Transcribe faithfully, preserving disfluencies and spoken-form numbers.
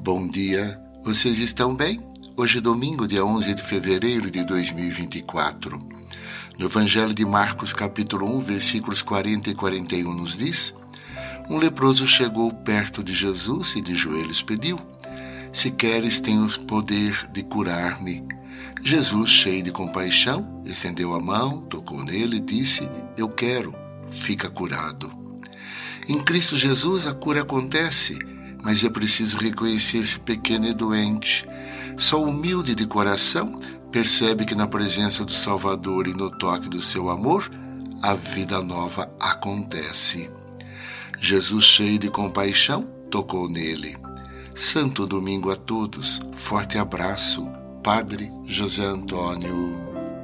Bom dia, vocês estão bem? Hoje é domingo, dia onze de fevereiro de dois mil e vinte e quatro. No Evangelho de Marcos, capítulo um, versículos quarenta e quarenta e um, nos diz: Um leproso chegou perto de Jesus e de joelhos pediu: Se queres, tens o poder de curar-me. Jesus, cheio de compaixão, estendeu a mão, tocou nele e disse: Eu quero, fica curado. Em Cristo Jesus a cura acontece, mas é preciso reconhecer-se pequeno e doente. Só humilde de coração percebe que na presença do Salvador e no toque do seu amor, a vida nova acontece. Jesus, cheio de compaixão, tocou nele. Santo domingo a todos. Forte abraço, Padre José Antônio.